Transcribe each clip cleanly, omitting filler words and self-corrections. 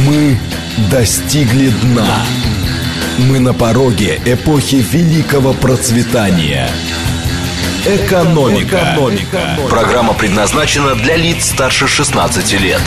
Мы достигли дна. Мы на пороге эпохи великого процветания. Экономика. Программа предназначена для лиц старше 16 лет.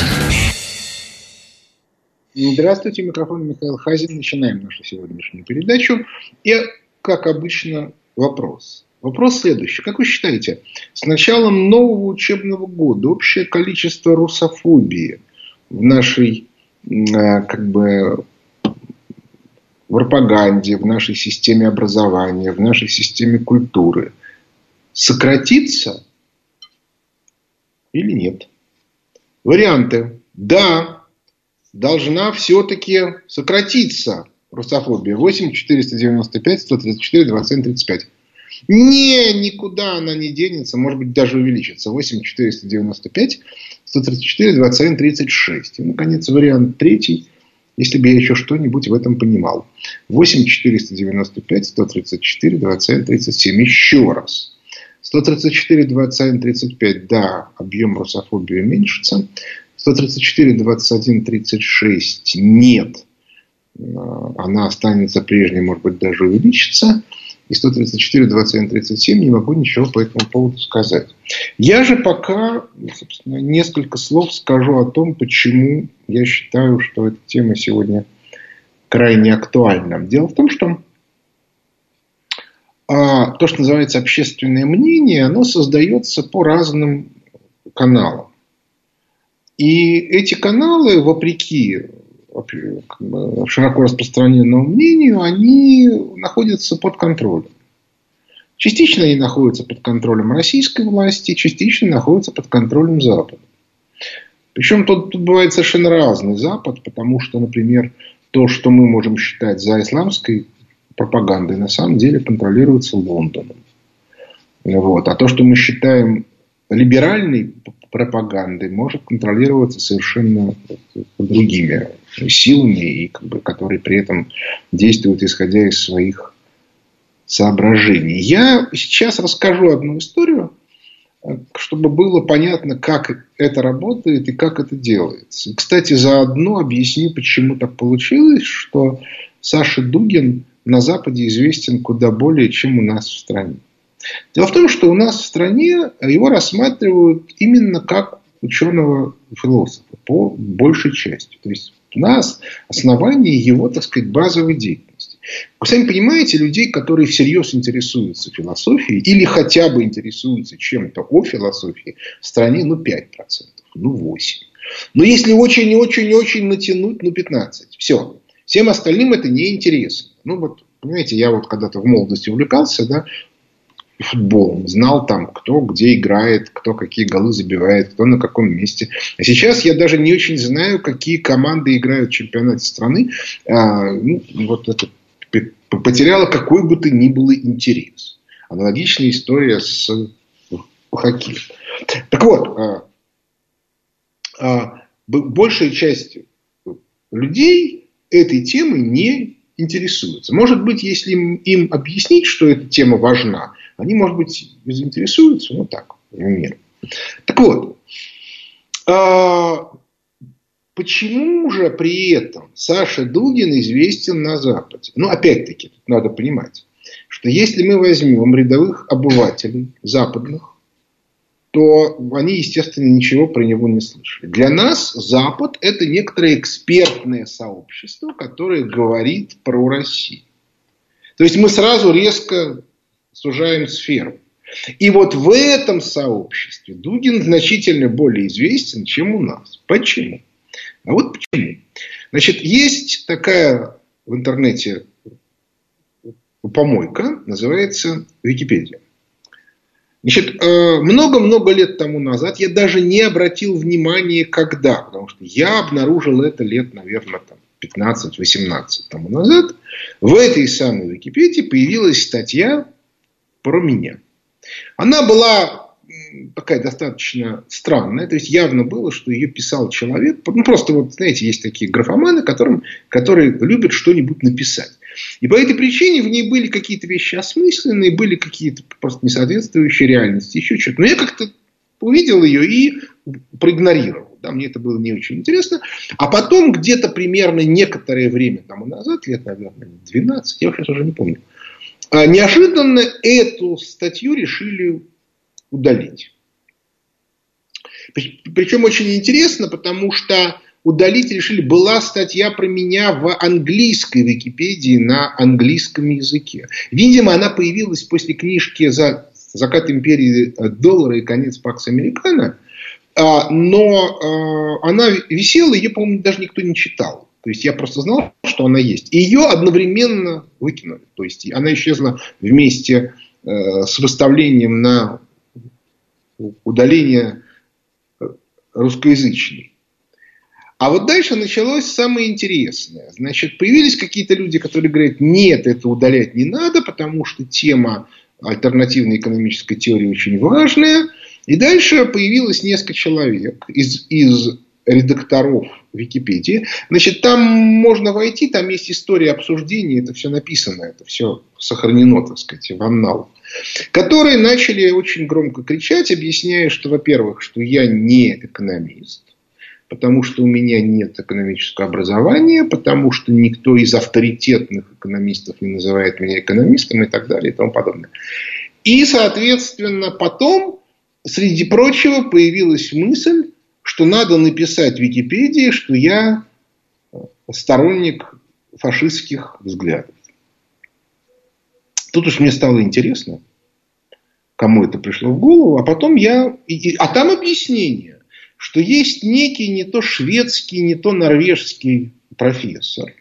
Здравствуйте, микрофон Михаил Хазин. Начинаем нашу сегодняшнюю передачу. И, как обычно, вопрос. Вопрос следующий. Как вы считаете, с началом нового учебного года общее количество русофобии в нашей в пропаганде, в нашей системе образования, в нашей системе культуры сократится или нет? Варианты. Да, должна все-таки сократиться русофобия. 8 495 134 27 35. Никуда она не денется, может быть, даже увеличится. 8 495 134 27 36. И, наконец, вариант третий, если бы я еще что-нибудь в этом понимал. 8 495 134 27 37. Еще раз. 134 27 35. Да, объем русофобии уменьшится. 134 21 36. Нет. Она останется прежней, может быть, даже увеличится. И 134, 27, 37 не могу ничего по этому поводу сказать. Я же пока, собственно, несколько слов скажу о том, почему я считаю, что эта тема сегодня крайне актуальна. Дело в том, что то, что называется общественное мнение, оно создается по разным каналам. И эти каналы, вопреки широко распространенному мнению, они находятся под контролем. Частично они находятся под контролем российской власти, частично находятся под контролем Запада. Причем тут бывает совершенно разный Запад, потому что, например, то, что мы можем считать за исламской пропагандой, на самом деле контролируется Лондоном. Вот. А то, что мы считаем либеральной пропагандой, может контролироваться совершенно другими силами, и которые при этом действуют исходя из своих соображений. Я сейчас расскажу одну историю, чтобы было понятно, как это работает и как это делается. Кстати, заодно объясню, почему так получилось, что Саша Дугин на Западе известен куда более, чем у нас в стране. Дело в том, что у нас в стране его рассматривают именно как ученого-философа по большей части. То есть у нас основание его, так сказать, базовой деятельности. Вы сами понимаете, людей, которые всерьез интересуются философией или хотя бы интересуются чем-то о философии, в стране 5%, 8%. Но если очень-очень-очень натянуть, 15%. Все. Всем остальным это неинтересно. Понимаете, я когда-то в молодости увлекался, да, футболом, знал там, кто где играет, кто какие голы забивает, кто на каком месте. А сейчас я даже не очень знаю, какие команды играют в чемпионате страны. Это потеряло какой бы то ни было интерес. Аналогичная история с хоккеем. Так вот, большая часть людей этой темой не интересуются. Может быть, если им объяснить, что эта тема важна, они, может быть, заинтересуются. Например. Так вот, почему же при этом Саша Дугин известен на Западе? Опять-таки, тут надо понимать, что если мы возьмем рядовых обывателей западных, то они, естественно, ничего про него не слышали. Для нас Запад – это некоторое экспертное сообщество, которое говорит про Россию. То есть мы сразу резко сужаем сферу. И вот в этом сообществе Дугин значительно более известен, чем у нас. Почему? А вот почему. Есть такая в интернете помойка, называется Википедия. Много-много лет тому назад я даже не обратил внимания, когда. Потому что я обнаружил это лет, наверное, 15-18 тому назад. В этой самой Википедии появилась статья про меня. Она была такая достаточно странная. То есть явно было, что ее писал человек. Просто знаете, есть такие графоманы, которые любят что-нибудь написать. И по этой причине в ней были какие-то вещи осмысленные, были какие-то просто несоответствующие реальности, еще что-то. Но я как-то увидел ее и проигнорировал. Да, мне это было не очень интересно. А потом, где-то примерно некоторое время тому назад, лет, наверное, 12, я сейчас уже не помню, неожиданно эту статью решили удалить. Причем очень интересно, потому что удалить решили. Была статья про меня в английской Википедии на английском языке. Видимо, она появилась после книжки «Закат империи доллара и конец Пакс Американо». Но она висела, ее, по-моему, даже никто не читал. То есть я просто знал, что она есть. И ее одновременно выкинули. То есть она исчезла вместе с выставлением на удаление русскоязычной. А вот дальше началось самое интересное. Значит, появились какие-то люди, которые говорят, нет, это удалять не надо, потому что тема альтернативной экономической теории очень важная. И дальше появилось несколько человек из редакторов Википедии. Значит, там можно войти, там есть история обсуждений, это все написано, это все сохранено, так сказать, в анналах. Которые начали очень громко кричать, объясняя, что, во-первых, что я не экономист, потому что у меня нет экономического образования, потому что никто из авторитетных экономистов не называет меня экономистом и так далее и тому подобное. И, соответственно, потом, среди прочего, появилась мысль, что надо написать в Википедии, что я сторонник фашистских взглядов. Тут уж мне стало интересно, кому это пришло в голову, а потом а там объяснение, что есть некий не то шведский, не то норвежский профессор,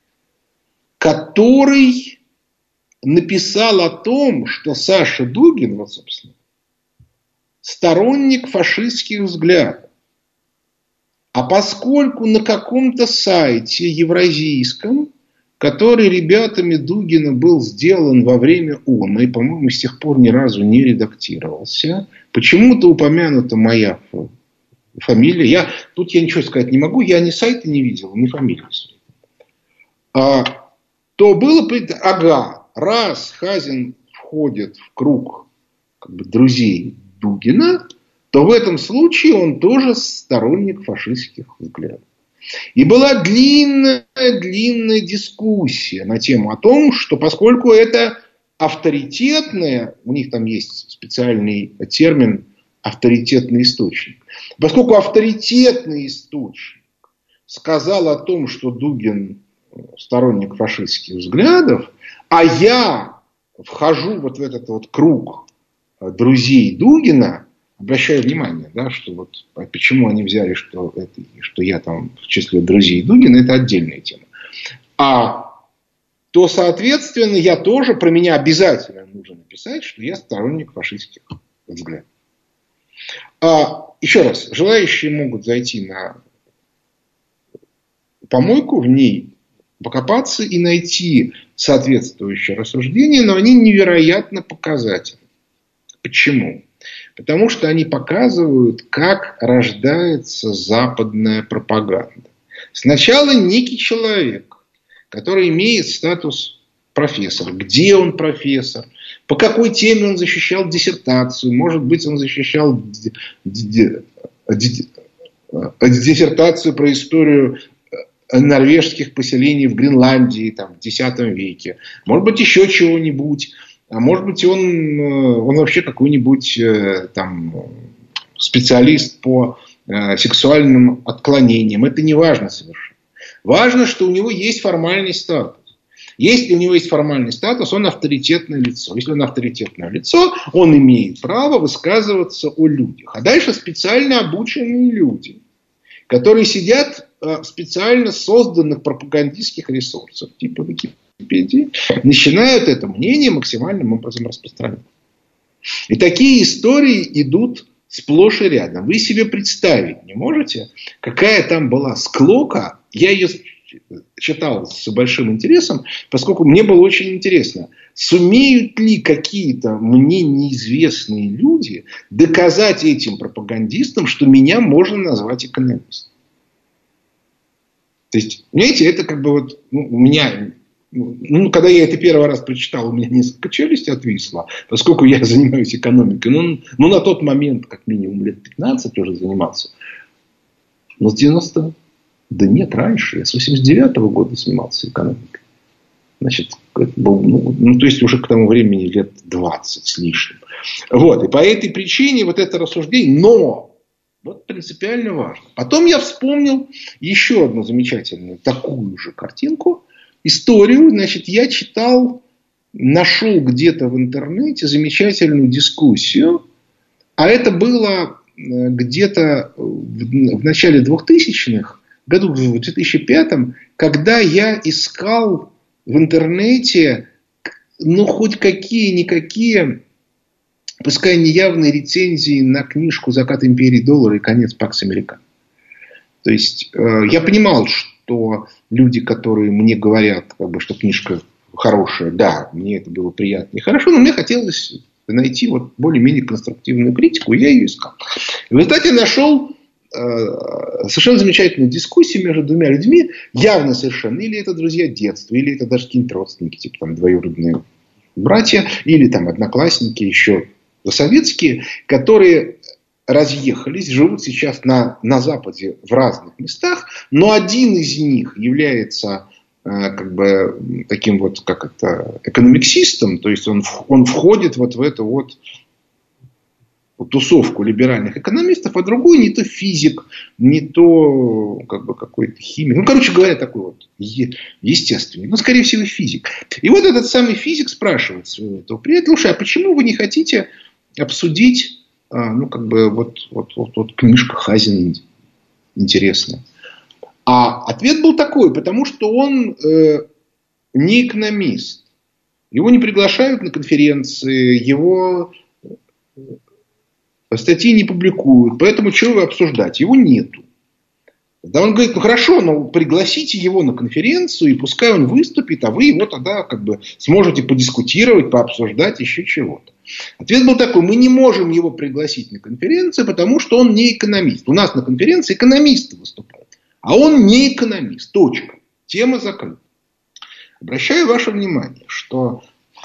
который написал о том, что Саша Дугин, вот, собственно, сторонник фашистских взглядов. А поскольку на каком-то сайте евразийском, который ребятами Дугина был сделан во время ООН, и, по-моему, с тех пор ни разу не редактировался, почему-то упомянута моя фамилия. Тут я ничего сказать не могу, я ни сайта не видел, ни фамилии. То было, раз Хазин входит в круг друзей Дугина, то в этом случае он тоже сторонник фашистских взглядов. И была длинная дискуссия на тему о том, что поскольку это авторитетное, у них там есть специальный термин авторитетный источник, поскольку авторитетный источник сказал о том, что Дугин сторонник фашистских взглядов, а я вхожу вот в этот вот круг друзей Дугина, обращаю внимание, да, что вот почему они взяли, что я там в числе друзей Дугина, это отдельная тема. То, соответственно, я тоже, про меня обязательно нужно написать, что я сторонник фашистских взглядов. Еще раз, желающие могут зайти на помойку, в ней покопаться и найти соответствующее рассуждение, но они невероятно показательны. Почему? Потому что они показывают, как рождается западная пропаганда. Сначала некий человек, который имеет статус профессора. Где он профессор? По какой теме он защищал диссертацию? Может быть, он защищал диссертацию про историю норвежских поселений в Гренландии в X веке. Может быть, еще чего-нибудь. А может быть, он вообще какой-нибудь специалист по сексуальным отклонениям. Это не важно совершенно. Важно, что у него есть формальный статус. Если у него есть формальный статус, он авторитетное лицо. Если он авторитетное лицо, он имеет право высказываться о людях. А дальше специально обученные люди, которые сидят в специально созданных пропагандистских ресурсах, типа Википедии, начинают это мнение максимальным образом распространять. И такие истории идут сплошь и рядом. Вы себе представить не можете, какая там была склока. Я ее читал с большим интересом, поскольку мне было очень интересно, сумеют ли какие-то мне неизвестные люди доказать этим пропагандистам, что меня можно назвать экономистом. То есть, понимаете, это у меня ну, когда я это первый раз прочитал, у меня несколько челюстей отвисло, поскольку я занимаюсь экономикой. Ну, на тот момент, как минимум, лет 15 уже занимался. Но с 90-го, да нет, раньше, я с 89-го года занимался экономикой. Значит, это был, то есть уже к тому времени лет 20 с лишним. Вот, и по этой причине вот это рассуждение, но вот принципиально важно. Потом я вспомнил еще одну замечательную такую же картинку, историю. Значит, я нашел где-то в интернете замечательную дискуссию, а это было где-то в начале 2000-х, году в 2005, когда я искал в интернете, хоть какие-никакие, пускай неявные рецензии на книжку «Закат империи доллара» и конец Пакс Американо. То есть, я понимал, что люди, которые мне говорят, что книжка хорошая, да, мне это было приятно и хорошо, но мне хотелось найти более-менее конструктивную критику, и я ее искал. И в результате нашел совершенно замечательную дискуссию между двумя людьми, явно совершенно, или это друзья детства, или это даже какие-нибудь родственники, типа двоюродные братья, или одноклассники еще советские, которые разъехались, живут сейчас на Западе в разных местах, но один из них является таким экономиксистом, то есть он входит в эту тусовку либеральных экономистов, а другой не то физик, не то какой-то химик. Короче говоря, такой естественный. Скорее всего, физик. И этот самый физик спрашивает своего этого приятеля: слушай, а почему вы не хотите обсудить книжка Хазина интересная? А ответ был такой: потому что он не экономист. Его не приглашают на конференции, его статьи не публикуют, поэтому чего вы обсуждать? Его нету. Да, он говорит: хорошо, но пригласите его на конференцию, и пускай он выступит, а вы его тогда сможете подискутировать, пообсуждать еще чего-то. Ответ был такой: мы не можем его пригласить на конференцию, потому что он не экономист. У нас на конференции экономисты выступают, а он не экономист. Точка. Тема закрыта. Обращаю ваше внимание, что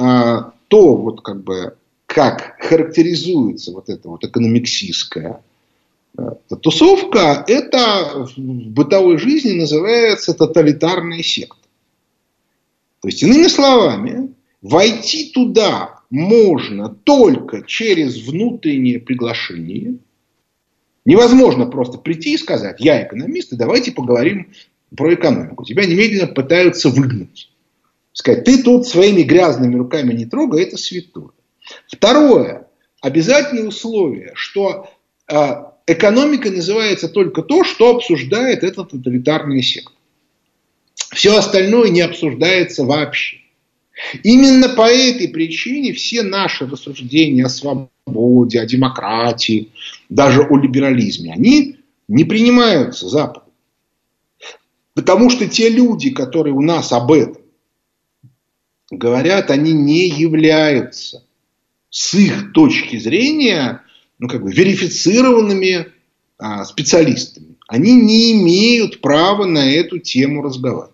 как характеризуется эта экономиксистская тусовка, это в бытовой жизни называется тоталитарная секта. То есть, иными словами, войти туда можно только через внутреннее приглашение. Невозможно просто прийти и сказать: я экономист, и давайте поговорим про экономику. Тебя немедленно пытаются выгнать. Сказать: ты тут своими грязными руками не трогай, это святое. Второе. Обязательное условие, что экономикой называется только то, что обсуждает эта тоталитарная секта. Все остальное не обсуждается вообще. Именно по этой причине все наши рассуждения о свободе, о демократии, даже о либерализме, они не принимаются Западом. Потому что те люди, которые у нас об этом говорят, они не являются с их точки зрения верифицированными специалистами. Они не имеют права на эту тему разговаривать.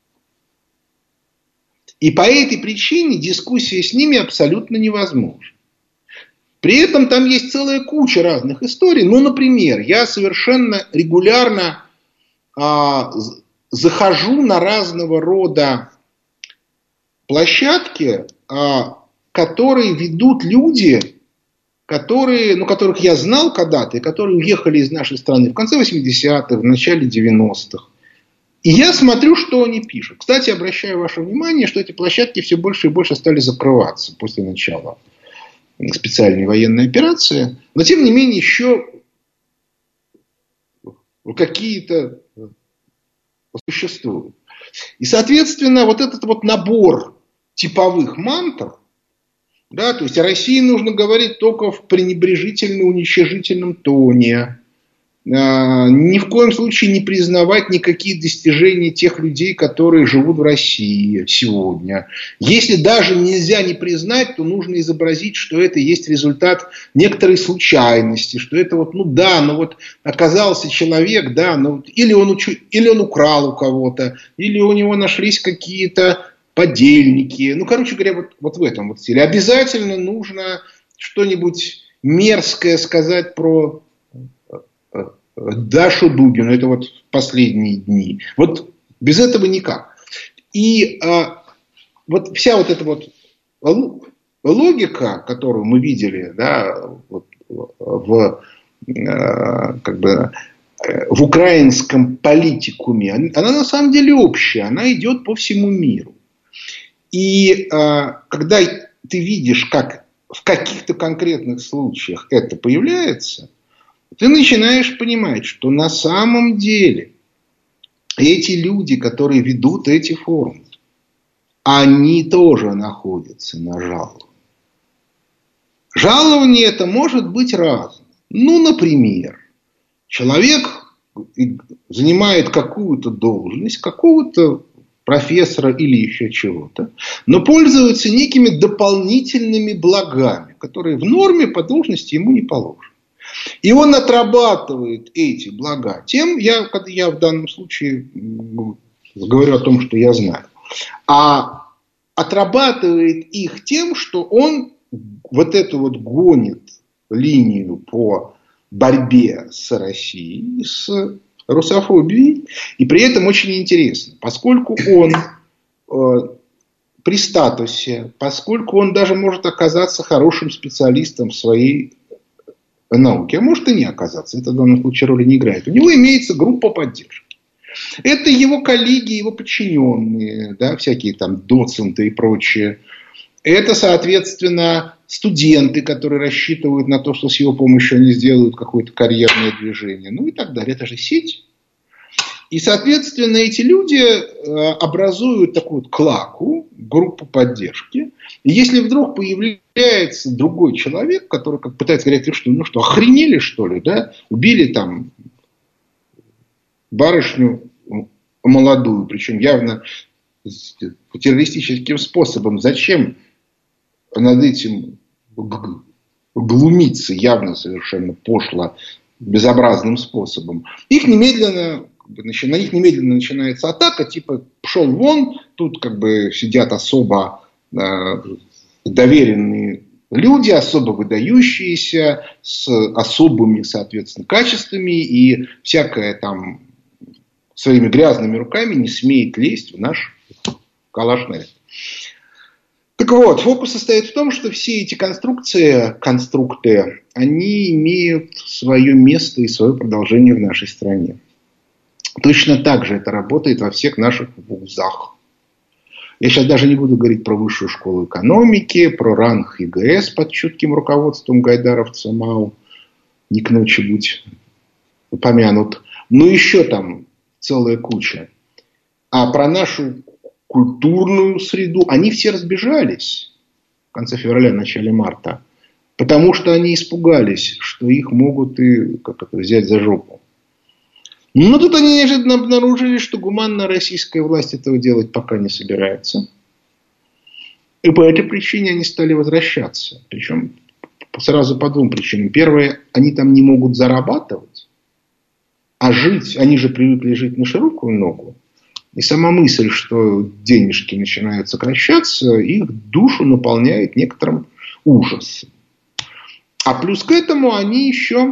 И по этой причине дискуссия с ними абсолютно невозможна. При этом там есть целая куча разных историй. Например, я совершенно регулярно захожу на разного рода площадки, которые ведут люди, которых я знал когда-то, и которые уехали из нашей страны в конце 80-х, в начале 90-х. И я смотрю, что они пишут. Кстати, обращаю ваше внимание, что эти площадки все больше и больше стали закрываться после начала специальной военной операции. Но, тем не менее, еще какие-то существуют. И, соответственно, этот набор типовых мантр, да, то есть о России нужно говорить только в пренебрежительно-уничижительном тоне. Ни в коем случае не признавать никакие достижения тех людей, которые живут в России сегодня. Если даже нельзя не признать, то нужно изобразить, что это есть результат некоторой случайности, что это оказался человек, да, или он украл у кого-то, или у него нашлись какие-то подельники. Ну, короче говоря, вот в этом вот стиле. Обязательно нужно что-нибудь мерзкое сказать про Дашу Дугину. Это вот в последние дни. Вот без этого никак. И вот вся вот эта вот логика, которую мы видели, да, вот, как бы, в украинском политикуме, она на самом деле общая, она идет по всему миру. И когда ты видишь, как в каких-то конкретных случаях это появляется, ты начинаешь понимать, что на самом деле эти люди, которые ведут эти форумы, они тоже находятся на жаловании. Жалование это может быть разным. Ну, например, человек занимает какую-то должность, какого-то профессора или еще чего-то, но пользуется некими дополнительными благами, которые в норме по должности ему не положены. И он отрабатывает эти блага тем, я в данном случае говорю о том, что я знаю, а отрабатывает их тем, что он вот эту вот гонит линию по борьбе с Россией, с русофобией. И при этом очень интересно, поскольку он при статусе, поскольку он даже может оказаться хорошим специалистом в своей науке, а может и не оказаться, это в данном случае роли не играет, у него имеется группа поддержки. Это его коллеги, его подчиненные, да, всякие там доценты и прочее. Это, соответственно, студенты, которые рассчитывают на то, что с его помощью они сделают какое-то карьерное движение. Ну и так далее. Это же сеть. И, соответственно, эти люди образуют такую вот клаку, группу поддержки. И если вдруг появляется другой человек, который как пытается говорить, ну что, охренели что ли, да? Убили там барышню молодую, причем явно террористическим способом. Зачем над этим глумиться явно совершенно пошло, безобразным способом? Их немедленно, на них немедленно начинается атака, типа пшел вон, тут как бы сидят особо доверенные люди, особо выдающиеся, с особыми, соответственно, качествами, и всякое там своими грязными руками не смеет лезть в наш калашный. Так вот, фокус состоит в том, что все эти конструкты, они имеют свое место и свое продолжение в нашей стране. Точно так же это работает во всех наших вузах. Я сейчас даже не буду говорить про высшую школу экономики, про ранг ЕГС под чутким руководством гайдаровца МАУ. Не к ночи будь упомянут. Но еще там целая куча. А про нашу культурную среду они все разбежались в конце февраля, начале марта. Потому что они испугались, что их могут и взять за жопу. Но тут они неожиданно обнаружили, что гуманная российская власть этого делать пока не собирается. И по этой причине они стали возвращаться. Причем сразу по двум причинам. Первое, они там не могут зарабатывать. А жить, они же привыкли жить на широкую ногу. И сама мысль, что денежки начинают сокращаться, их душу наполняет некоторым ужасом. А плюс к этому они еще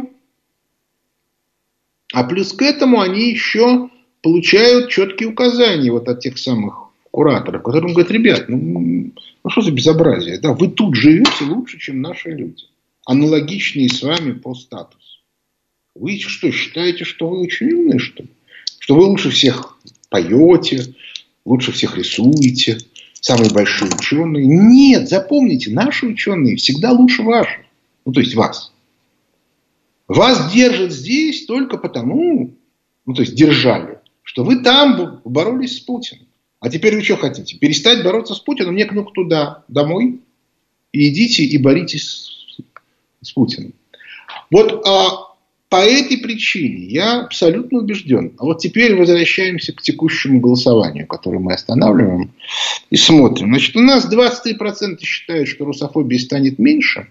получают четкие указания вот от тех самых кураторов, которым говорят: ребят, ну что за безобразие? Да, вы тут живете лучше, чем наши люди, аналогичные с вами по статусу. Вы что, считаете, что вы очень умные, что ли? Что вы лучше всех поете, лучше всех рисуете, самые большие ученые? Нет, запомните, наши ученые всегда лучше ваших. Ну, то есть вас. Вас держат здесь только потому, ну, то есть держали, что вы там боролись с Путиным. А теперь вы что хотите? Перестать бороться с Путиным? Нет, ну туда, домой. И идите и боритесь с Путиным. Вот по этой причине я абсолютно убежден. А вот теперь возвращаемся к текущему голосованию, которое мы останавливаем и смотрим. Значит, у нас 23% считают, что русофобии станет меньше.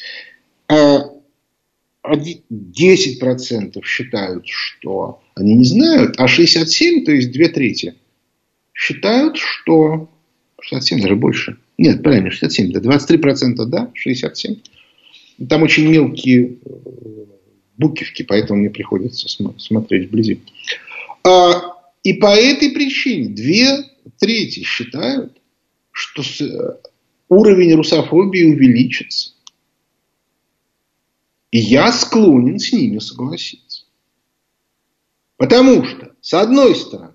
10% считают, что они не знают, а 67%, то есть 2/3, считают, что 67, даже больше. Нет, правильно, 67, да. 23% да, 67%. Там очень мелкие буковки, поэтому мне приходится смотреть вблизи. И по этой причине 2/3 считают, что уровень русофобии увеличится. И я склонен с ними согласиться. Потому что, с одной стороны,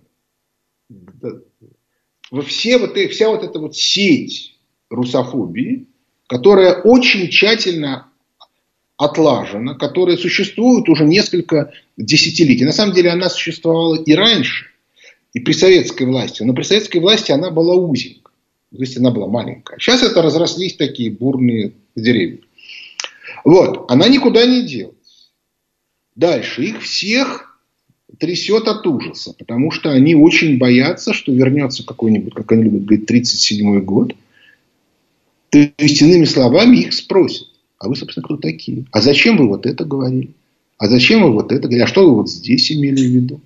вся вот эта вот сеть русофобии, которая очень тщательно отлажена, которая существует уже несколько десятилетий. На самом деле она существовала и раньше, и при советской власти. Но при советской власти она была узенькая. То есть она была маленькая. Сейчас это разрослись такие бурные деревья. Вот. Она никуда не делась. Дальше. Их всех трясет от ужаса. Потому что они очень боятся, что вернется какой-нибудь, как они любят говорить, 1937 год. То есть, иными словами, их спросят. А вы, собственно, кто такие? А зачем вы вот это говорили? А зачем вы вот это говорили? А что вы вот здесь имели в виду?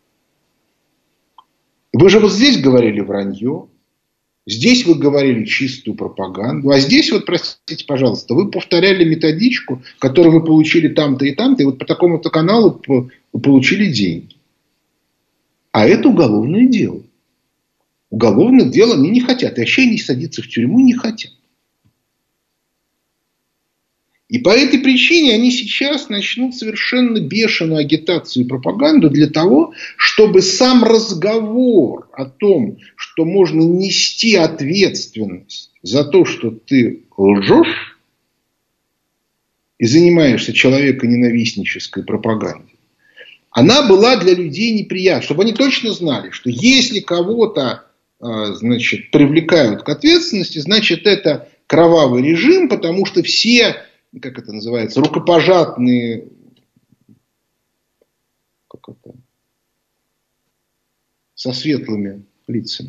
Вы же вот здесь говорили вранье. Здесь вы говорили чистую пропаганду. А здесь, вот, простите, пожалуйста, вы повторяли методичку, которую вы получили там-то и там-то. И вот по такому-то каналу вы получили деньги. А это уголовное дело. Уголовных дел они не хотят. И вообще они садиться в тюрьму не хотят. И по этой причине они сейчас начнут совершенно бешеную агитацию и пропаганду для того, чтобы сам разговор о том, что можно нести ответственность за то, что ты лжешь и занимаешься человеконенавистнической пропагандой, она была для людей неприятна. Чтобы они точно знали, что если кого-то привлекают к ответственности, значит это кровавый режим, потому что все... как это называется, рукопожатные, со светлыми лицами.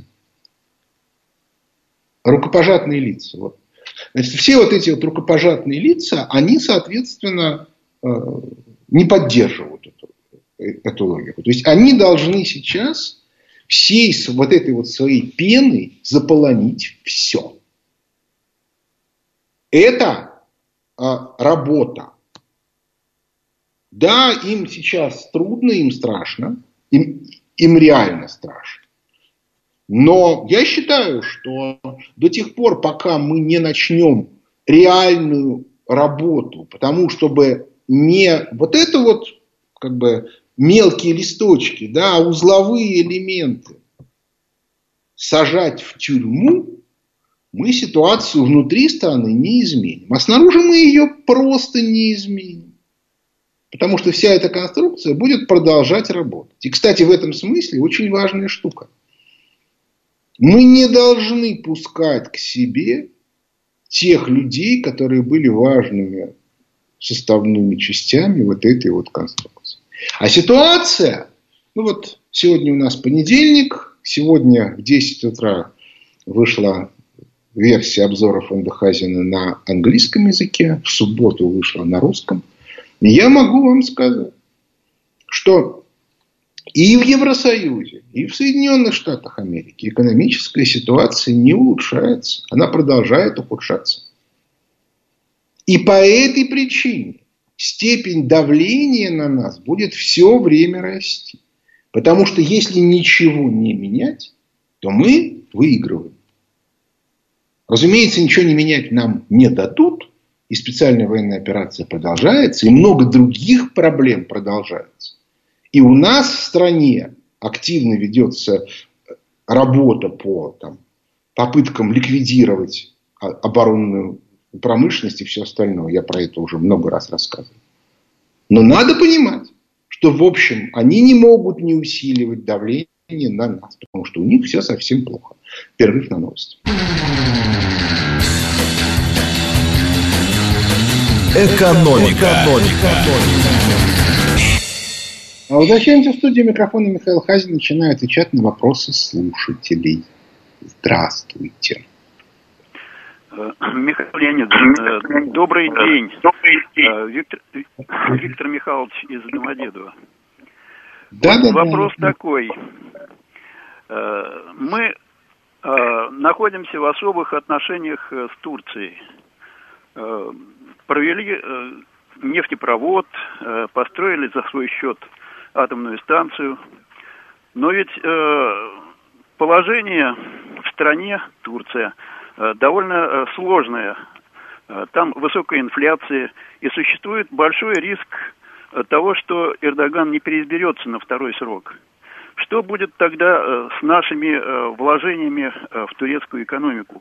Рукопожатные лица. Вот. Значит, все вот эти вот рукопожатные лица, они, соответственно, не поддерживают эту логику. То есть, они должны сейчас всей вот этой вот своей пеной заполонить все. Это работа. Да, им сейчас трудно, им страшно, им реально страшно. Но я считаю, что до тех пор, пока мы не начнем реальную работу, потому чтобы не вот это вот как бы мелкие листочки, да, а узловые элементы сажать в тюрьму, мы ситуацию внутри страны не изменим. А снаружи мы ее просто не изменим. Потому что вся эта конструкция будет продолжать работать. И, кстати, в этом смысле очень важная штука. Мы не должны пускать к себе тех людей, которые были важными составными частями вот этой вот конструкции. А ситуация, вот сегодня у нас понедельник, сегодня в 10 утра вышла версия обзора фонда Хазина на английском языке, в субботу вышла на русском. И я могу вам сказать, что и в Евросоюзе, и в Соединенных Штатах Америки экономическая ситуация не улучшается. Она продолжает ухудшаться. И по этой причине степень давления на нас будет все время расти. Потому что если ничего не менять, то мы выигрываем. Разумеется, ничего не менять нам не дадут. И специальная военная операция продолжается. И много других проблем продолжается. И у нас в стране активно ведется работа по попыткам ликвидировать оборонную промышленность и все остальное. Я про это уже много раз рассказывал. Но надо понимать, что в общем они не могут не усиливать давление на нас. Потому что у них все совсем плохо. Перерыв на новости. Экономика. Возвращаемся в студию. Микрофона Михаил Хазин. Начинаю отвечать на вопросы слушателей. Здравствуйте. Михаил Леонидович, добрый день. Виктор Михайлович из Домодедово. Да. Вопрос такой. Мы Находимся в особых отношениях с Турцией. Провели нефтепровод, построили за свой счет атомную станцию. Но ведь положение в стране, Турция, довольно сложное. Там высокая инфляция, и существует большой риск того, что Эрдоган не переизберется на второй срок. Что будет тогда с нашими вложениями в турецкую экономику?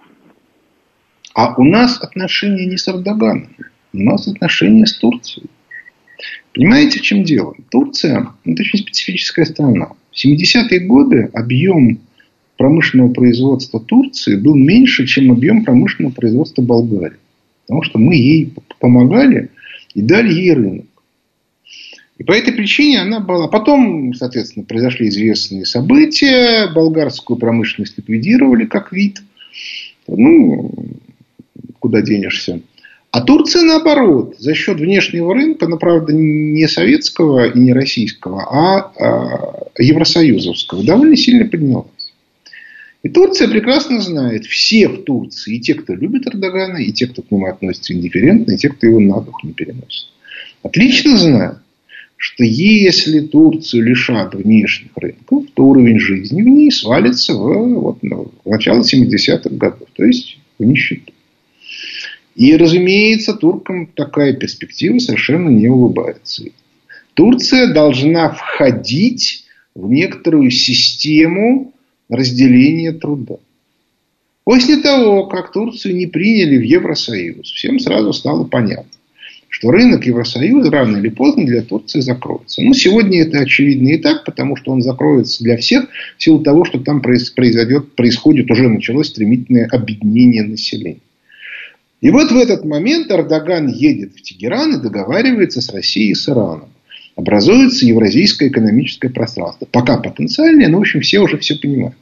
А у нас отношения не с Эрдоганом, у нас отношения с Турцией. Понимаете, в чем дело? Турция – это очень специфическая страна. В 70-е годы объем промышленного производства Турции был меньше, чем объем промышленного производства Болгарии. Потому что мы ей помогали и дали ей рынок. И по этой причине она была... Потом, соответственно, произошли известные события. Болгарскую промышленность ликвидировали как вид. Ну, куда денешься. А Турция, наоборот, за счет внешнего рынка, но, правда, не советского и не российского, а евросоюзовского, довольно сильно поднялась. И Турция прекрасно знает, все в Турции, и те, кто любит Эрдогана, и те, кто к нему относится индифферентно, и те, кто его на дух не переносит, отлично знают, что если Турцию лишат внешних рынков, то уровень жизни в ней свалится в начало 70-х годов, то есть в нищету. И, разумеется, туркам такая перспектива совершенно не улыбается. Турция должна входить в некоторую систему разделения труда. После того, как Турцию не приняли в Евросоюз, всем сразу стало понятно, что рынок Евросоюза рано или поздно для Турции закроется. Ну, сегодня это очевидно и так, потому что он закроется для всех в силу того, что там происходит, уже началось стремительное объединение населения. И вот в этот момент Эрдоган едет в Тегеран и договаривается с Россией и с Ираном. Образуется евразийское экономическое пространство. Пока потенциальное, но, в общем, все уже все понимают.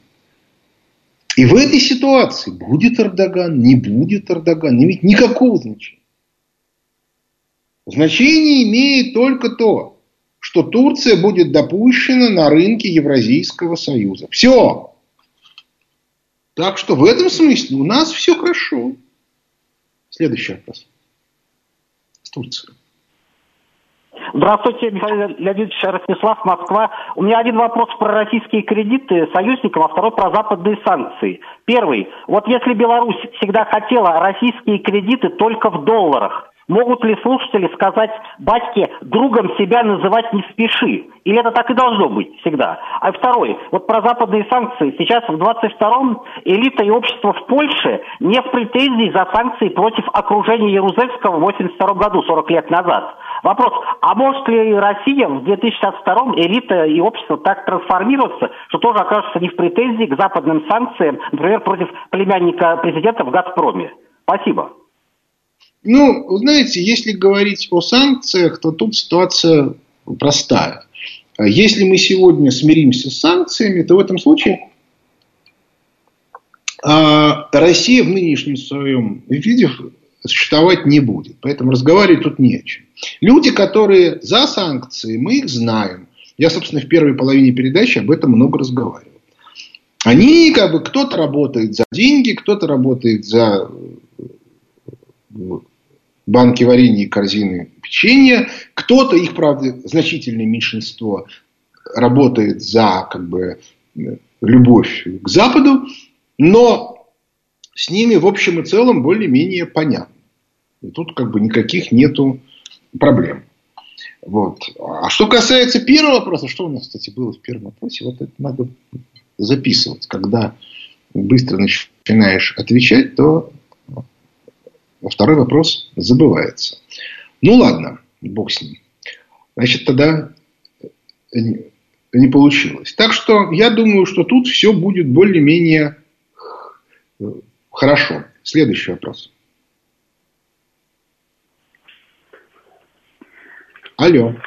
И в этой ситуации будет Эрдоган, не будет Эрдоган, не имеет никакого значения. Значение имеет только то, что Турция будет допущена на рынке Евразийского союза. Все. Так что в этом смысле у нас все хорошо. Следующий вопрос. С Турцией. Здравствуйте, Михаил Леонидович, Ростислав, Москва. У меня один вопрос про российские кредиты союзникам, а второй про западные санкции. Первый. Вот если Беларусь всегда хотела российские кредиты только в долларах, могут ли слушатели сказать батьке, другом себя называть не спеши? Или это так и должно быть всегда? А второй, вот про западные санкции. Сейчас в 22-м элита и общество в Польше не в претензии за санкции против окружения Ярузельского в 82 году, 40 лет назад. Вопрос, а может ли Россия в 2062-м элита и общество так трансформироваться, что тоже окажется не в претензии к западным санкциям, например, против племянника президента в «Газпроме»? Спасибо. Ну, знаете, если говорить о санкциях, то тут ситуация простая. Если мы сегодня смиримся с санкциями, то в этом случае Россия в нынешнем своем виде существовать не будет. Поэтому разговаривать тут не о чем. Люди, которые за санкции, мы их знаем. Я, собственно, в первой половине передачи об этом много разговаривал. Они, кто-то работает за деньги, кто-то работает за банки варенья и корзины печенья. Кто-то, их, правда, значительное меньшинство, работает за любовь к Западу. Но с ними в общем и целом более-менее понятно. И тут никаких нету проблем. Вот. А что касается первого вопроса, что у нас, кстати, было в первом вопросе, вот это надо записывать. Когда быстро начинаешь отвечать, то второй вопрос забывается. Ну ладно, бог с ним. Значит, тогда не получилось. Так что я думаю, что тут все будет более-менее хорошо. Следующий вопрос. Алло.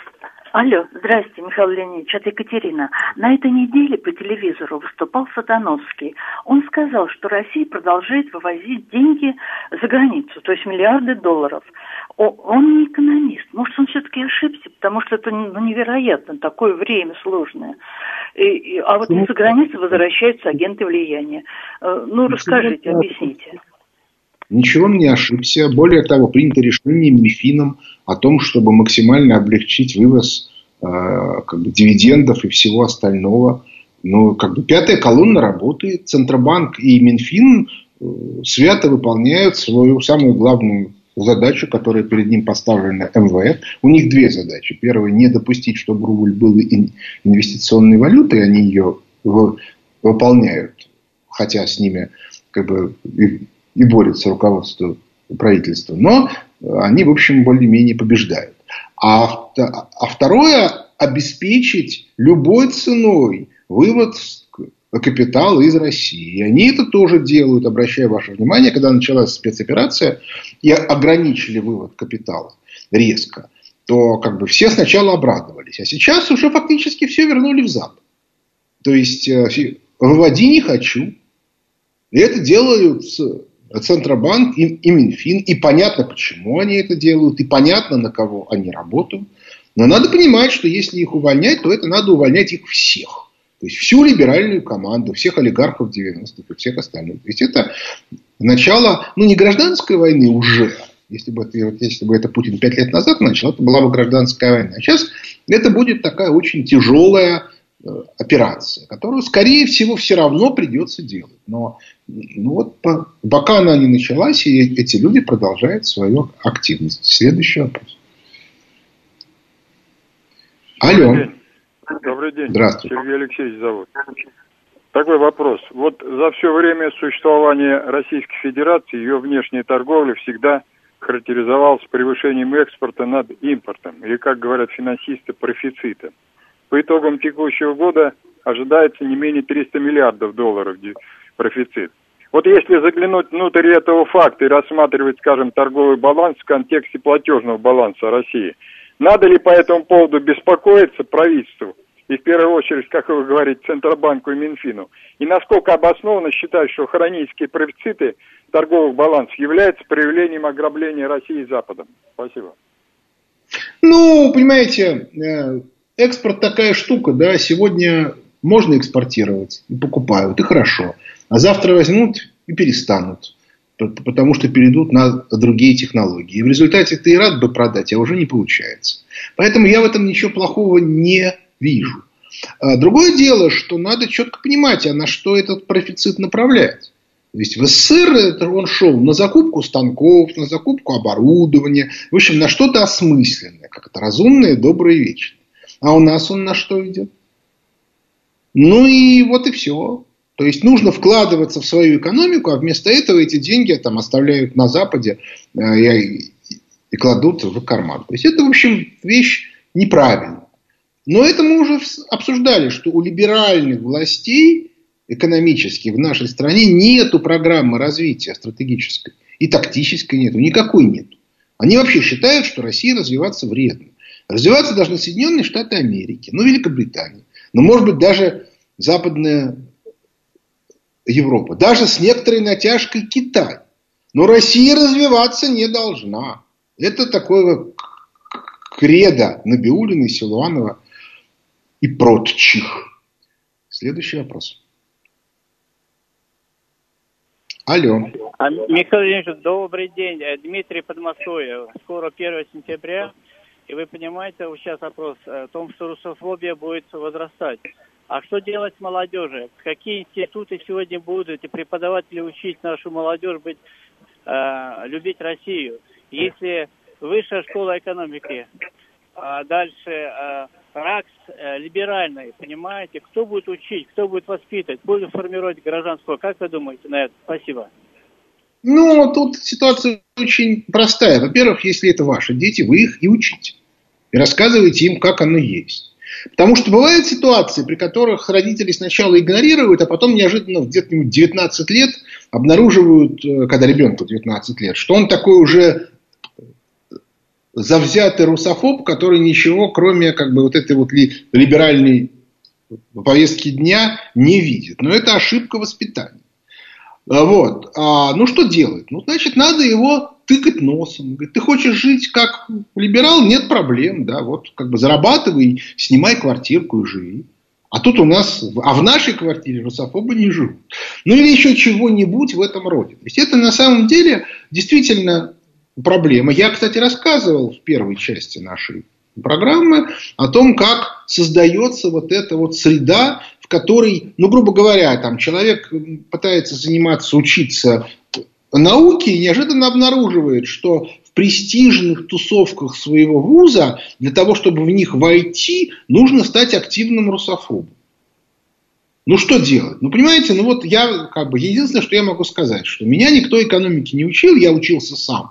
Алло, здрасте, Михаил Леонидович, это Екатерина. На этой неделе по телевизору выступал Сатановский. Он сказал, что Россия продолжает вывозить деньги за границу, то есть миллиарды долларов. Он не экономист. Может, он все-таки ошибся, потому что это невероятно, такое время сложное. А вот из-за границы возвращаются агенты влияния. Расскажите, объясните. Ничего он не ошибся. Более того, принято решение Минфином о том, чтобы максимально облегчить вывоз дивидендов и всего остального. Но пятая колонна работает. Центробанк и Минфин свято выполняют свою самую главную задачу, которая перед ним поставлена МВФ. У них две задачи. Первая — не допустить, чтобы рубль был инвестиционной валютой. Они ее выполняют, хотя с ними и борется руководство правительства. Но они, в общем, более-менее побеждают. А второе — обеспечить любой ценой вывод капитала из России. И они это тоже делают, обращаю ваше внимание, когда началась спецоперация и ограничили вывод капитала резко, то все сначала обрадовались. А сейчас уже фактически все вернули в Запад. То есть выводи не хочу. И это делают Центробанк и Минфин. И понятно, почему они это делают. И понятно, на кого они работают. Но надо понимать, что если их увольнять, то это надо увольнять их всех. То есть всю либеральную команду, всех олигархов 90-х и всех остальных. То есть это начало, не гражданской войны уже. Если бы это Путин 5 лет назад начал, это была бы гражданская война. А сейчас это будет такая очень тяжелая операция, которую, скорее всего, все равно придется делать. Но пока она не началась, и эти люди продолжают свою активность. Следующий вопрос. Алло. Добрый день. Здравствуйте. Сергей Алексеевич зовут. Такой вопрос. Вот за все время существования Российской Федерации ее внешняя торговля всегда характеризовалась превышением экспорта над импортом. Или, как говорят финансисты, профицита. По итогам текущего года ожидается не менее 300 миллиардов долларов профицит. Вот если заглянуть внутрь этого факта и рассматривать, скажем, торговый баланс в контексте платежного баланса России, надо ли по этому поводу беспокоиться правительству и, в первую очередь, как вы говорите, Центробанку и Минфину? И насколько обоснованно считать, что хронические профициты торговых балансов являются проявлением ограбления России Западом? Спасибо. Понимаете, экспорт такая штука, да, сегодня можно экспортировать, и покупают, и хорошо. А завтра возьмут и перестанут. Потому что перейдут на другие технологии. И в результате ты и рад бы продать, а уже не получается. Поэтому я в этом ничего плохого не вижу. Другое дело, что надо четко понимать, а на что этот профицит направляется. То есть в СССР он шел на закупку станков, на закупку оборудования, в общем, на что-то осмысленное, как это разумное, доброе и вечное. А у нас он на что идет? И вот и все. То есть нужно вкладываться в свою экономику, а вместо этого эти деньги оставляют на Западе и кладут в карман. То есть это, в общем, вещь неправильная. Но это мы уже обсуждали, что у либеральных властей экономических в нашей стране нету программы развития стратегической и тактической нету, никакой нету. Они вообще считают, что России развиваться вредно. Развиваться должны Соединенные Штаты Америки, Великобритания, может быть даже Западная Европа, даже с некоторой натяжкой Китай. Но Россия развиваться не должна. Это такое кредо Набиуллина, Силуанова и прочих. Следующий вопрос. Алло. Михаил Леонидович, добрый день. Дмитрий, Подмосковье. Скоро 1 сентября. И вы понимаете, сейчас вопрос о том, что русофобия будет возрастать. А что делать с молодежью? Какие институты сегодня будут эти преподаватели учить нашу молодежь любить Россию? Если высшая школа экономики, дальше РАКС либеральный, понимаете? Кто будет учить, кто будет воспитывать, будет формировать гражданскую? Как вы думаете на это? Спасибо. Тут ситуация очень простая. Во-первых, если это ваши дети, вы их и учите. И рассказываете им, как оно есть. Потому что бывают ситуации, при которых родители сначала игнорируют, а потом неожиданно в где-то 19 лет обнаруживают, когда ребенку 19 лет, что он такой уже завзятый русофоб, который ничего, кроме как бы вот этой вот либеральной повестки дня, не видит. Но это ошибка воспитания. Вот. Ну, что делать? Ну, значит, надо его тыкать носом. Говорит, ты хочешь жить как либерал? Нет проблем. Да, вот, как бы зарабатывай, снимай квартирку и живи. А тут у нас, в нашей квартире русофобы не живут. Ну, или еще чего-нибудь в этом роде. То есть, это на самом деле действительно проблема. Я, кстати, рассказывал в первой части нашей программы о том, как создается вот эта вот среда, в которой, ну, грубо говоря, там человек пытается заниматься, учиться науке и неожиданно обнаруживает, что в престижных тусовках своего вуза для того, чтобы в них войти, нужно стать активным русофобом. Ну, что делать? Ну, понимаете, ну, вот я, как бы, единственное, что я могу сказать, что меня никто экономики не учил, я учился сам.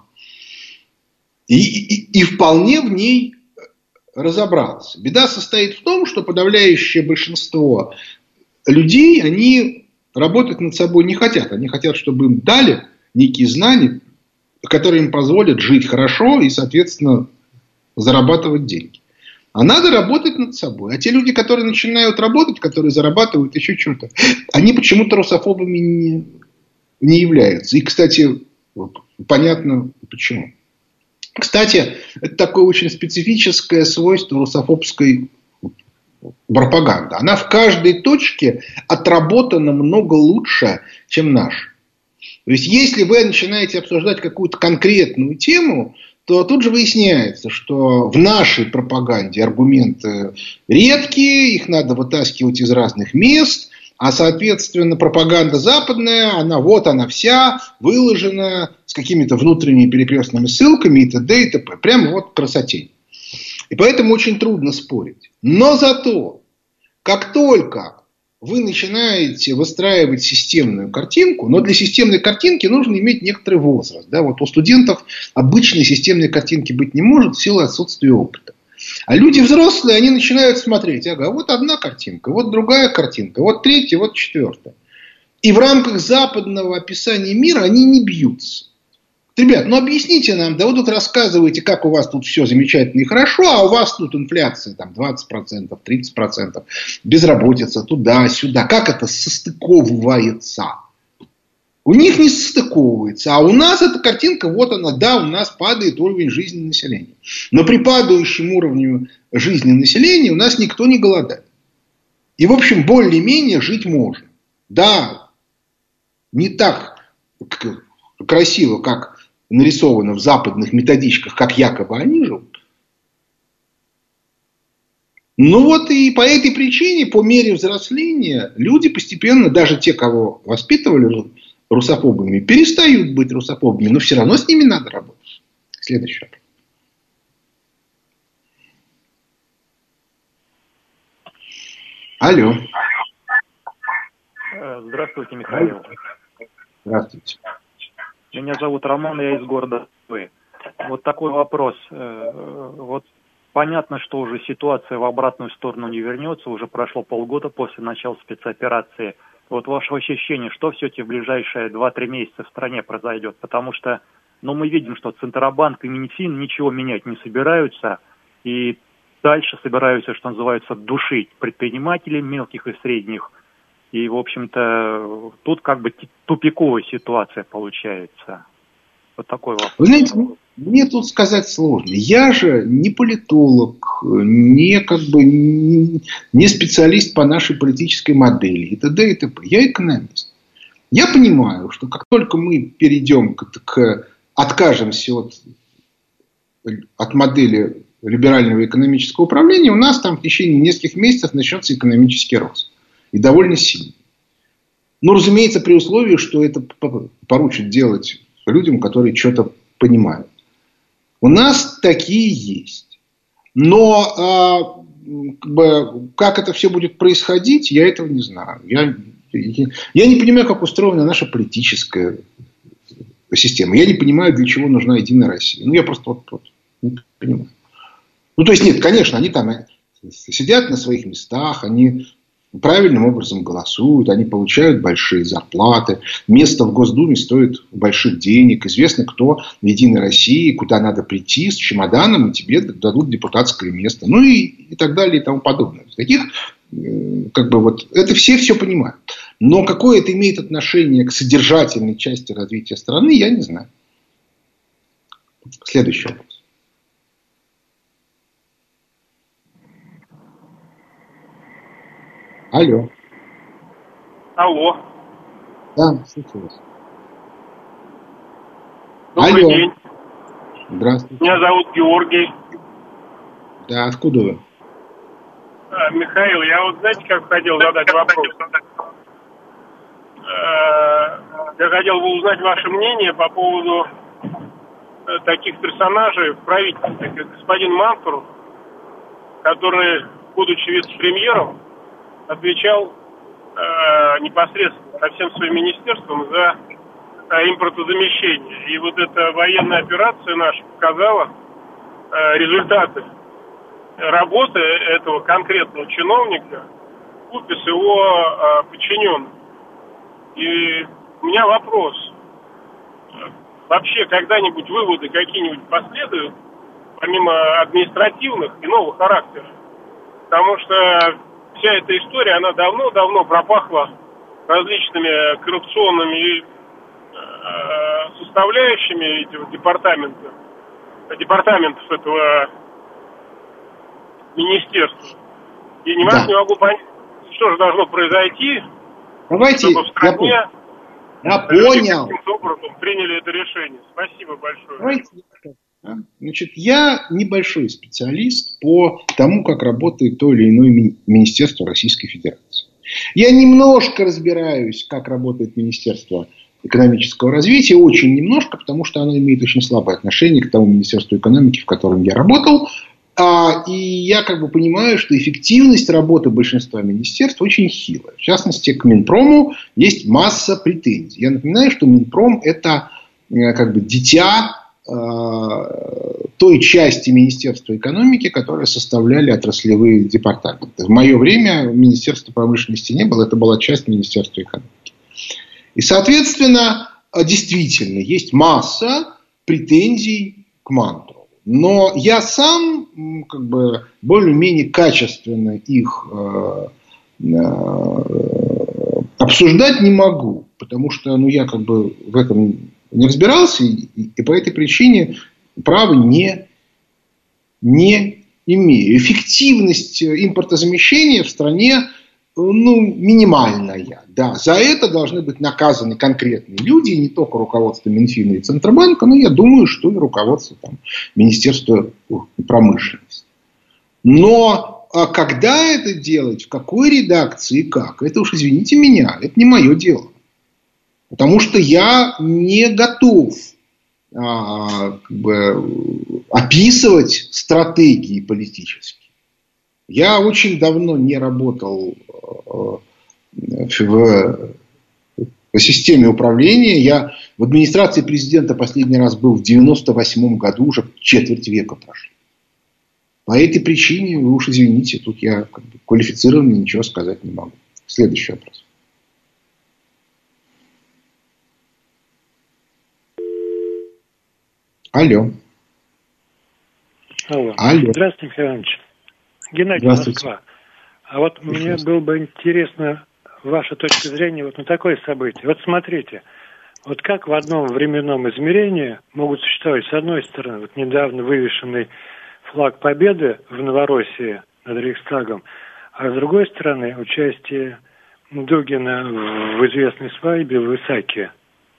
И вполне в ней разобрался. Беда состоит в том, что подавляющее большинство людей, они работать над собой не хотят. Они хотят, чтобы им дали некие знания, которые им позволят жить хорошо и, соответственно, зарабатывать деньги. А надо работать над собой. А те люди, которые начинают работать, которые зарабатывают еще что-то, они почему-то русофобами не являются. И, кстати, понятно почему. Кстати, это такое очень специфическое свойство русофобской пропаганды. Она в каждой точке отработана много лучше, чем наша. То есть, если вы начинаете обсуждать какую-то конкретную тему, то тут же выясняется, что в нашей пропаганде аргументы редкие, их надо вытаскивать из разных мест, а, соответственно, пропаганда западная, она вся выложена с какими-то внутренними перекрестными ссылками и т.д. и т.п. Прямо вот красотень. И поэтому очень трудно спорить. Но зато, как только вы начинаете выстраивать системную картинку, но для системной картинки нужно иметь некоторый возраст. Да? Вот у студентов обычной системной картинки быть не может в силу отсутствия опыта. А люди взрослые, они начинают смотреть, ага, вот одна картинка, вот другая картинка, вот третья, вот четвертая. И в рамках западного описания мира они не бьются. Ребят, ну объясните нам, да вы тут рассказываете, как у вас тут все замечательно и хорошо, а у вас тут инфляция там 20%, 30%, безработица туда-сюда. Как это состыковывается? У них не состыковывается, а у нас эта картинка, вот она, да, у нас падает уровень жизни населения. Но при падающем уровне жизни населения у нас никто не голодает. И, в общем, более-менее жить можно. Да, не так красиво, как нарисовано в западных методичках, как якобы они живут. Ну вот и по этой причине, по мере взросления, люди постепенно, даже те, кого воспитывали русофобами, перестают быть русофобами, но все равно с ними надо работать. Следующий вопрос. Алло. Здравствуйте, Михаил. Здравствуйте. Меня зовут Роман, я из города Москвы. Вот такой вопрос. Вот понятно, что уже ситуация в обратную сторону не вернется, уже прошло полгода после начала спецоперации. Вот ваше ощущение, что все-таки в ближайшие 2-3 месяца в стране произойдет? Потому что, мы видим, что Центробанк и Минфин ничего менять не собираются, и дальше собираются, что называется, душить предпринимателей мелких и средних. И, в общем-то, тут как бы тупиковая ситуация получается. Вот такой вопрос. Вы знаете, мне тут сказать сложно. Я же не политолог, не специалист по нашей политической модели и т.д. и т.п. Я экономист. Я понимаю, что как только мы перейдем откажемся от модели либерального экономического управления, у нас там в течение нескольких месяцев начнется экономический рост. И довольно сильный. Ну, разумеется, при условии, что это поручат делать людям, которые что-то понимают. У нас такие есть. Но как это все будет происходить, я этого не знаю. Я не понимаю, как устроена наша политическая система. Я не понимаю, для чего нужна Единая Россия. Я просто не понимаю. То есть, нет, конечно, они там сидят на своих местах, они правильным образом голосуют, они получают большие зарплаты, место в Госдуме стоит больших денег, известно, кто в «Единой России», куда надо прийти с чемоданом, и тебе дадут депутатское место, ну и так далее и тому подобное. Таких, как бы вот, это все понимают. Но какое это имеет отношение к содержательной части развития страны, я не знаю. Следующий вопрос. Алло. Алло. Да, слушаю вас. Добрый день. Здравствуйте. Меня зовут Георгий. Да, откуда вы? Михаил, я вот знаете, как хотел задать вопрос? Я хотел бы узнать ваше мнение по поводу таких персонажей в правительстве, как господин Мантуров, который, будучи вице-премьером, отвечал непосредственно со всем своим министерством за импортозамещение. И вот эта военная операция наша показала результаты работы этого конкретного чиновника вкупе с его подчиненным. И у меня вопрос. Вообще, когда-нибудь выводы какие-нибудь последуют, помимо административных, иного характера? Потому что вся эта история, она давно-давно пропахла различными коррупционными составляющими этих департаментов этого министерства. И не могу понять, что же должно произойти, чтобы в стране люди каким-то образом приняли это решение. Спасибо большое. Значит, я небольшой специалист по тому, как работает то или иное министерство Российской Федерации. Я немножко разбираюсь, как работает Министерство экономического развития, очень немножко, потому что оно имеет очень слабое отношение к тому Министерству экономики, в котором я работал. И я как бы понимаю, что эффективность работы большинства министерств очень хилая. В частности, к Минпрому есть масса претензий. Я напоминаю, что Минпром – это как бы дитя той части Министерства экономики, которые составляли отраслевые департаменты. В мое время Министерства промышленности не было, это была часть Министерства экономики. И, соответственно, действительно, есть масса претензий к Мантурову. Но я сам как бы более-менее качественно их обсуждать не могу, потому что я как бы в этом не разбирался и по этой причине права не имею. Эффективность импортозамещения в стране минимальная. Да. За это должны быть наказаны конкретные люди, не только руководство Минфина и Центробанка, но я думаю, что и руководство Министерства промышленности. Но когда это делать, в какой редакции и как, это уж извините меня, это не мое дело. Потому что я не готов описывать стратегии политические. Я очень давно не работал в системе управления. Я в администрации президента последний раз был в 1998 году, уже четверть века прошло. По этой причине, вы уж извините, тут я квалифицированно ничего сказать не могу. Следующий вопрос. Алло. Алло. Здравствуйте, Михаил Иванович. Геннадий, Москва. А вот мне было бы интересно ваша точка зрения вот на такое событие. Вот смотрите, вот как в одном временном измерении могут существовать, с одной стороны, вот недавно вывешенный флаг Победы в Новороссии над Рейхстагом, а с другой стороны участие Дугина в известной свадьбе в Исаакиеве.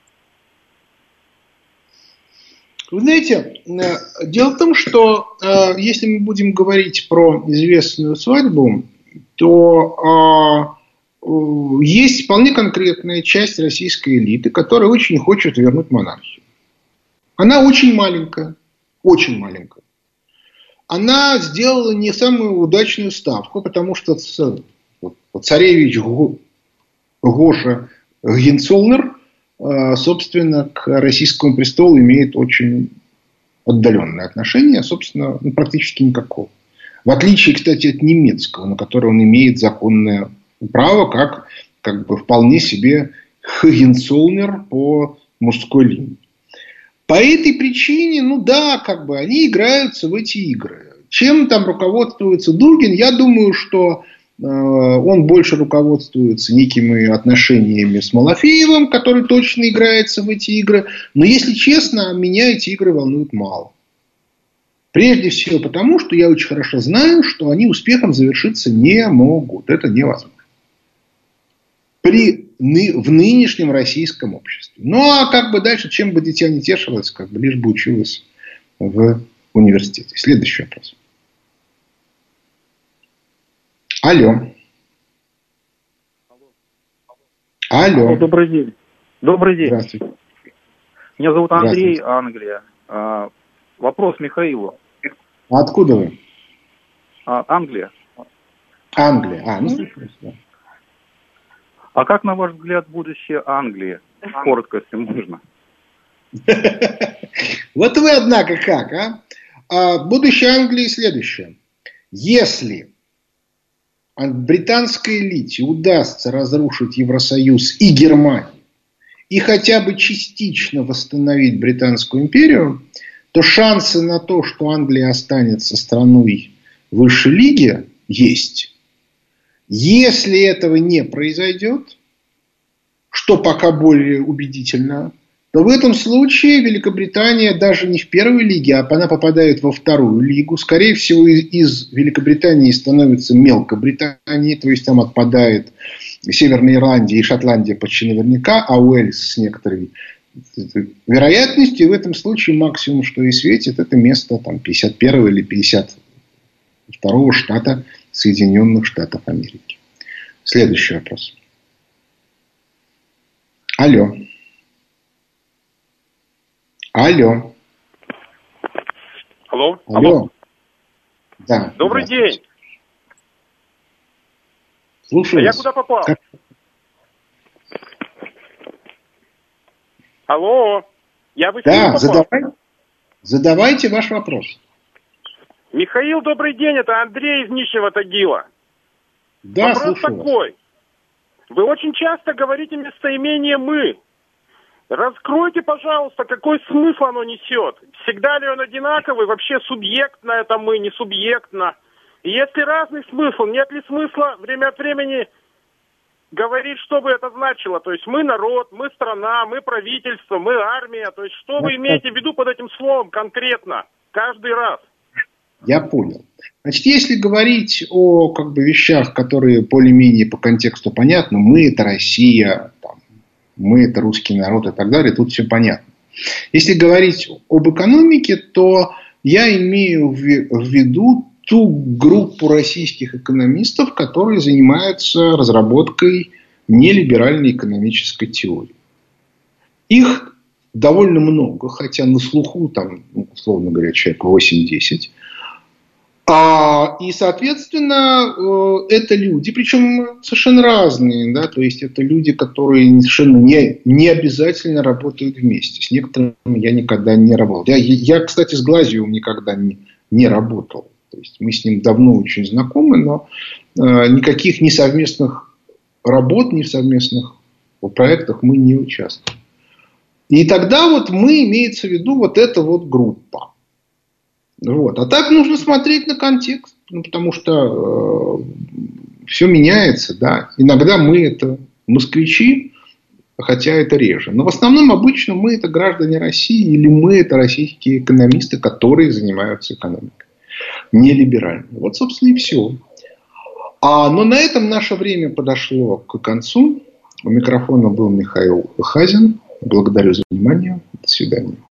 Вы знаете, дело в том, что если мы будем говорить про известную свадьбу, то есть вполне конкретная часть российской элиты, которая очень хочет вернуть монархию. Она очень маленькая, очень маленькая. Она сделала не самую удачную ставку, потому что царевич Гоша Генцолнер, собственно, к российскому престолу имеет очень отдаленное отношение, собственно, практически никакого. В отличие, кстати, от немецкого, на которое он имеет законное Право как бы вполне себе Хогенцоллнер по мужской линии. По этой причине, они играются в эти игры. Чем там руководствуется Дугин? Я думаю, что он больше руководствуется некими отношениями с Малафеевым, который точно играется в эти игры. Но, если честно, меня эти игры волнуют мало. Прежде всего потому, что я очень хорошо знаю, что они успехом завершиться не могут. Это невозможно. В нынешнем российском обществе. Дальше, чем бы дитя не тешилось, лишь бы училось в университете. Следующий вопрос. Алло. Добрый день. Здравствуйте. Меня зовут Андрей, Англия. Вопрос Михаилу. Откуда вы? Англия. Слушаюсь, да. А как, на ваш взгляд, будущее Англии? Коротко, если можно. Вот вы, однако, как, а? Будущее Англии следующее. Если британской элите удастся разрушить Евросоюз и Германию, и хотя бы частично восстановить Британскую империю, то шансы на то, что Англия останется страной высшей лиги, есть. Если этого не произойдет, что пока более убедительно, то в этом случае Великобритания даже не в первой лиге, а она попадает во вторую лигу. Скорее всего, из Великобритании становится Мелкобританией, то есть там отпадает Северная Ирландия и Шотландия почти наверняка, а Уэльс с некоторой вероятностью. В этом случае максимум, что и светит, это место 51 или 52 штата Соединенных Штатов Америки. Следующий вопрос. Алло. Алло. Да. Добрый день. Слушаю. Я куда попал? Алло. Я в эфире попал. Задавайте ваш вопрос. Михаил, добрый день. Это Андрей из Нижнего Тагила. Да, вопрос такой. Вы очень часто говорите местоимение «мы». Раскройте, пожалуйста, какой смысл оно несет. Всегда ли он одинаковый? Вообще субъектно это «мы», не субъектно? И если разный смысл, нет ли смысла время от времени говорить, что бы это значило? То есть мы народ, мы страна, мы правительство, мы армия. То есть что вы имеете в виду под этим словом конкретно? Каждый раз. Я понял. Значит, если говорить о вещах, которые более-менее по контексту понятны, мы это Россия, мы это русский народ и так далее, тут все понятно. Если говорить об экономике, то я имею в виду ту группу российских экономистов, которые занимаются разработкой нелиберальной экономической теории. Их довольно много, хотя на слуху, условно говоря, человек 8-10. И, соответственно, это люди, причем совершенно разные, да, то есть это люди, которые совершенно не обязательно работают вместе. С некоторыми я никогда не работал. Я, кстати, с Глазьевым никогда не работал. То есть мы с ним давно очень знакомы, но никаких ни совместных работ, ни в совместных проектах мы не участвуем. И тогда мы, имеется в виду эта группа. А так нужно смотреть на контекст, потому что все меняется, да. Иногда мы это москвичи, хотя это реже. Но в основном обычно мы это граждане России или мы это российские экономисты, которые занимаются экономикой. Нелиберально. Собственно, и все. Но на этом наше время подошло к концу. У микрофона был Михаил Хазин. Благодарю за внимание. До свидания.